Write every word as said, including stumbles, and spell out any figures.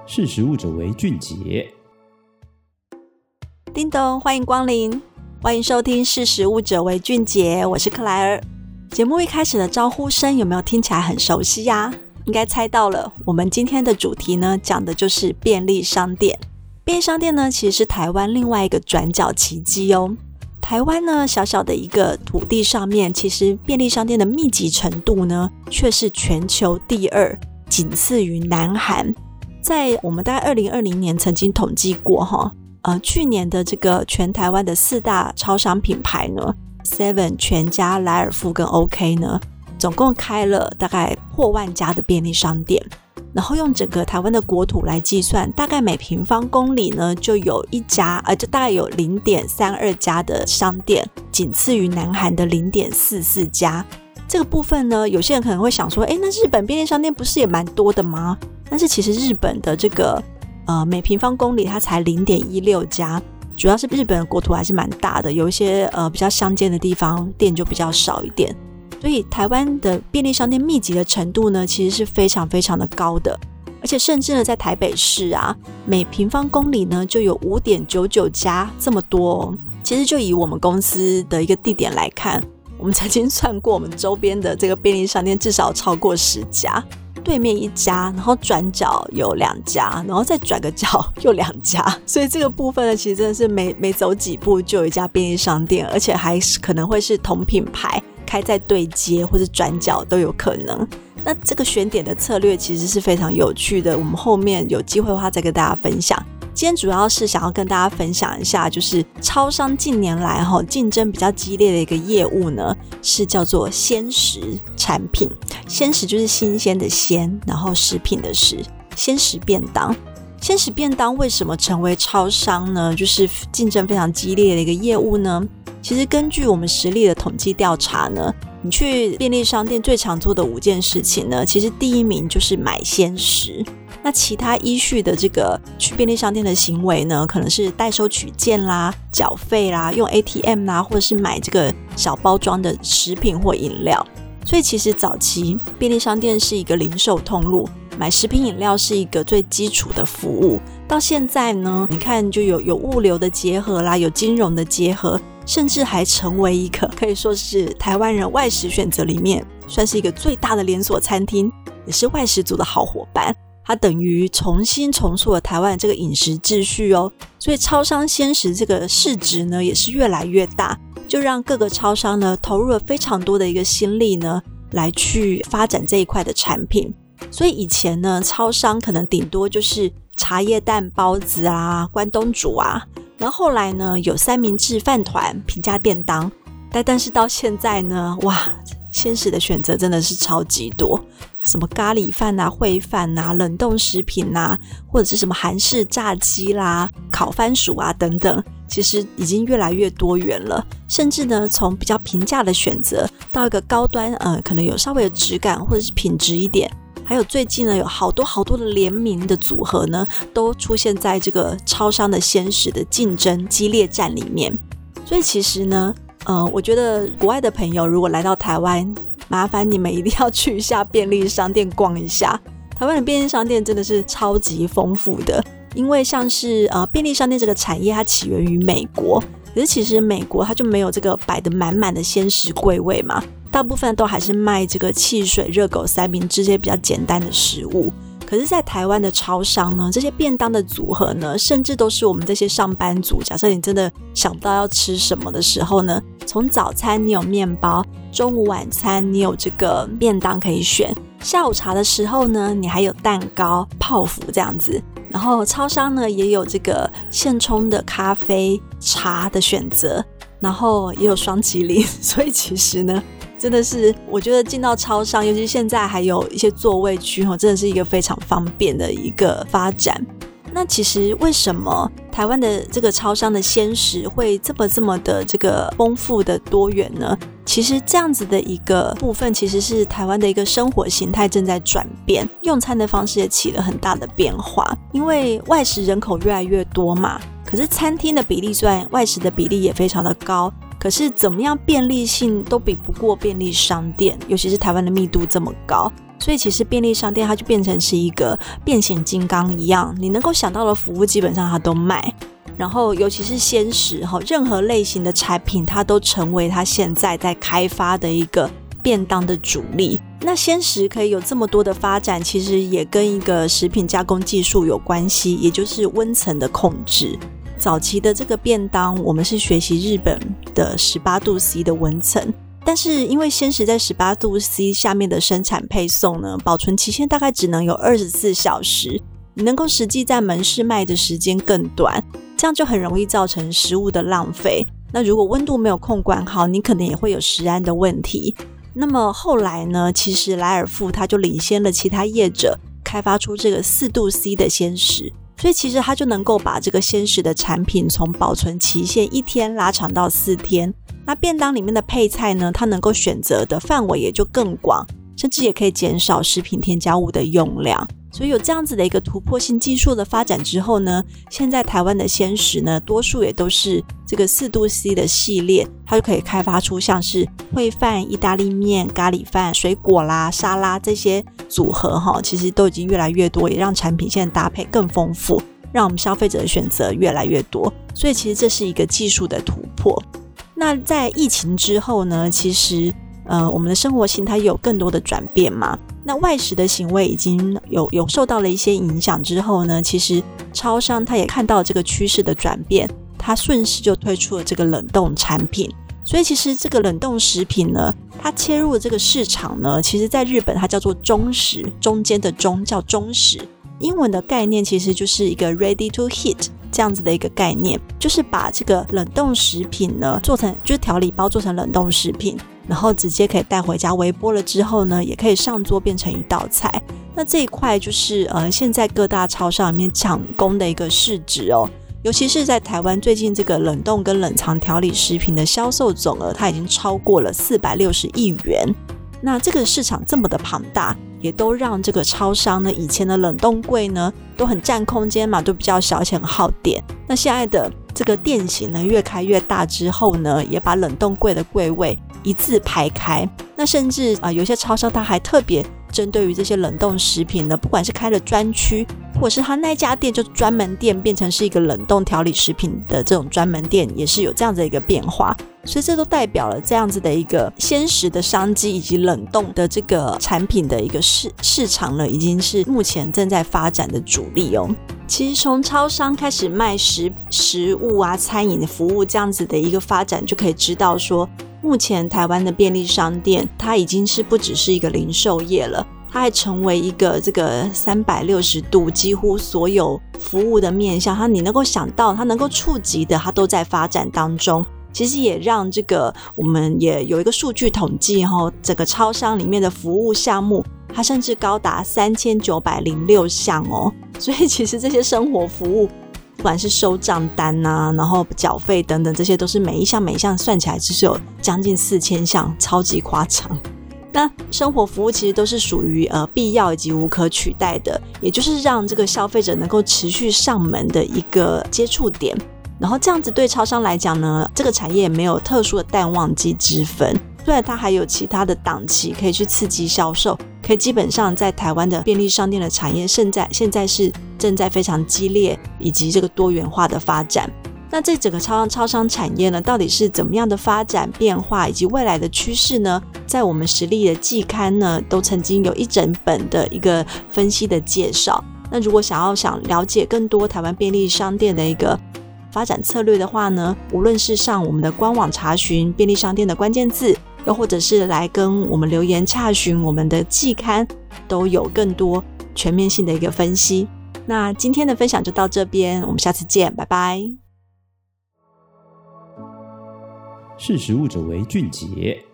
识时务者为俊杰。 叮咚，欢迎光临，欢迎收听识时务者为俊杰，我是克莱尔。节目一开始的招呼声有没有听起来很熟悉呀？应该猜到了，我们今天的主题呢，讲的就是便利商店。便利商店呢，其实是台湾另外一个转角奇迹哦。台湾呢，小小的一个土地上面，其实便利商店的密集程度呢，却是全球第二，仅次于南韩。在我们大概二零二零年曾经统计过哈，呃，去年的这个全台湾的四大超商品牌呢 ，seven、全家、莱尔富跟 OK 呢，总共开了大概破万家的便利商店。然后用整个台湾的国土来计算，大概每平方公里呢就有一家，呃，就大概有 零点三二 家的商店，仅次于南韩的 零点四四 家。这个部分呢，有些人可能会想说，诶，那日本便利商店不是也蛮多的吗？但是其实日本的这个呃每平方公里它才 零点一六 家，主要是日本的国土还是蛮大的，有一些呃比较乡间的地方店就比较少一点。所以台湾的便利商店密集的程度呢，其实是非常非常的高的，而且甚至呢，在台北市啊，每平方公里呢就有 五点九九 家，这么多哦。其实就以我们公司的一个地点来看，我们曾经算过，我们周边的这个便利商店至少超过十家，对面一家，然后转角有两家，然后再转个角又两家，所以这个部分呢，其实真的是每每走几步就有一家便利商店，而且还可能会是同品牌开在对街或者转角都有可能。那这个选点的策略其实是非常有趣的，我们后面有机会的话再跟大家分享。今天主要是想要跟大家分享一下，就是超商近年来齁竞争比较激烈的一个业务呢，是叫做鲜食产品。鲜食就是新鲜的鲜，然后食品的食，鲜食便当。鲜食便当为什么成为超商呢？就是竞争非常激烈的一个业务呢？其实根据我们实力的统计调查呢，你去便利商店最常做的五件事情呢，其实第一名就是买鲜食。那其他依序的这个去便利商店的行为呢，可能是代收取件啦、缴费啦、用 A T M 啦，或者是买这个小包装的食品或饮料。所以其实早期便利商店是一个零售通路，买食品饮料是一个最基础的服务。到现在呢，你看就有有物流的结合啦，有金融的结合，甚至还成为一个可以说是台湾人外食选择里面算是一个最大的连锁餐厅，也是外食族的好伙伴。它等于重新重塑了台湾的这个饮食秩序哦，所以超商鲜食这个市值呢也是越来越大，就让各个超商呢投入了非常多的一个心力呢来去发展这一块的产品。所以以前呢，超商可能顶多就是茶叶蛋包子啊、关东煮啊，然后后来呢有三明治、饭团、平价便当，但但是到现在呢，哇，鲜食的选择真的是超级多，什么咖喱饭啊、烩饭啊、冷冻食品啊，或者是什么韩式炸鸡啦、烤番薯啊等等，其实已经越来越多元了。甚至呢，从比较平价的选择到一个高端，呃，可能有稍微有质感或者是品质一点。还有最近呢，有好多好多的联名的组合呢，都出现在这个超商的鲜食的竞争激烈战里面。所以其实呢，呃，我觉得国外的朋友如果来到台湾，麻烦你们一定要去一下便利商店逛一下。台湾的便利商店真的是超级丰富的，因为像是呃便利商店这个产业它起源于美国，可是其实美国它就没有这个摆得满满的鲜食柜位嘛，大部分都还是卖这个汽水、热狗、三明治这些比较简单的食物。可是在台湾的超商呢，这些便当的组合呢，甚至都是我们这些上班族，假设你真的想不到要吃什么的时候呢，从早餐你有面包，中午晚餐你有这个便当可以选，下午茶的时候呢，你还有蛋糕、泡芙这样子。然后超商呢也有这个现冲的咖啡、茶的选择，然后也有双麒麟，所以其实呢真的是我觉得进到超商，尤其现在还有一些座位区，真的是一个非常方便的一个发展。那其实为什么台湾的这个超商的鲜食会这么这么的这个丰富的多元呢？其实这样子的一个部分，其实是台湾的一个生活形态正在转变，用餐的方式也起了很大的变化。因为外食人口越来越多嘛，可是餐厅的比例虽然外食的比例也非常的高， 可是怎么样便利性都比不过便利商店，尤其是台湾的密度这么高，所以其实便利商店它就变成是一个变形金刚一样，你能够想到的服务基本上它都卖，然后尤其是鲜食，任何类型的产品它都成为它现在在开发的一个便当的主力。那鲜食可以有这么多的发展，其实也跟一个食品加工技术有关系，也就是温层的控制。早期的这个便当我们是学习日本的十八度 C 的温层，但是因为鲜食在十八度 C 下面的生产配送呢，保存期限大概只能有二十四小时，你能够实际在门市卖的时间更短，这样就很容易造成食物的浪费。那如果温度没有控管好，你可能也会有食安的问题。那么后来呢，其实莱尔富他就领先了其他业者，开发出这个四度 C 的鲜食，所以其实他就能够把这个鲜食的产品从保存期限一天拉长到四天。那便当里面的配菜呢，它能够选择的范围也就更广，甚至也可以减少食品添加物的用量。所以有这样子的一个突破性技术的发展之后呢，现在台湾的鲜食呢，多数也都是这个四度 C 的系列，它就可以开发出像是烩饭、意大利面、咖喱饭、水果啦、沙拉这些组合哈，其实都已经越来越多，也让产品现在搭配更丰富，让我们消费者的选择越来越多。所以其实这是一个技术的突破。那在疫情之后呢，其实呃，我们的生活形态有更多的转变嘛。那外食的行为已经有有受到了一些影响之后呢，其实超商它也看到这个趋势的转变，它顺势就推出了这个冷冻产品。所以其实这个冷冻食品呢，它切入的这个市场呢，其实在日本它叫做中食，中间的中叫中食，英文的概念其实就是一个 ready to heat 这样子的一个概念，就是把这个冷冻食品呢做成就是调理包做成冷冻食品，然后直接可以带回家微波了之后呢，也可以上桌变成一道菜。那这一块就是呃现在各大超商里面抢攻的一个市值哦，尤其是在台湾最近这个冷冻跟冷藏调理食品的销售总额，它已经超过了四百六十亿元。那这个市场这么的庞大，也都让这个超商呢，以前的冷冻柜呢都很占空间嘛，都比较小而且很耗电。那现在的这个店型呢越开越大之后呢，也把冷冻柜的柜位一字排开。那甚至、呃、有些超商它还特别针对于这些冷冻食品呢，不管是开了专区，或者是它那家店就专门店变成是一个冷冻调理食品的这种专门店，也是有这样子的一个变化。所以这都代表了这样子的一个鲜食的商机，以及冷冻的这个产品的一个 市, 市场呢，已经是目前正在发展的主力哦。其实从超商开始卖 食, 食物啊、餐饮服务这样子的一个发展，就可以知道说，目前台湾的便利商店它已经是不只是一个零售业了，它还成为一个这个三百六十度几乎所有服务的面向，它你能够想到它能够触及的，它都在发展当中。其实也让这个我们也有一个数据统计齁，整个超商里面的服务项目它甚至高达三千九百零六项哦。所以其实这些生活服务不管是收账单啊，然后缴费等等，这些都是每一项每一项算起来就是有将近四千项，超级夸张。那生活服务其实都是属于呃必要以及无可取代的，也就是让这个消费者能够持续上门的一个接触点。然后这样子对超商来讲呢，这个产业没有特殊的淡旺季之分，虽然它还有其他的档期可以去刺激销售，可以基本上在台湾的便利商店的产业现在现在是正在非常激烈以及这个多元化的发展。那这整个超商超商产业呢，到底是怎么样的发展变化以及未来的趋势呢？在我们实力的季刊呢，都曾经有一整本的一个分析的介绍。那如果想要想了解更多台湾便利商店的一个发展策略的话呢，无论是上我们的官网查询便利商店的关键字，又或者是来跟我们留言洽询我们的季刊，都有更多全面性的一个分析。那今天的分享就到这边，我们下次见，拜拜。 识时务者为俊杰。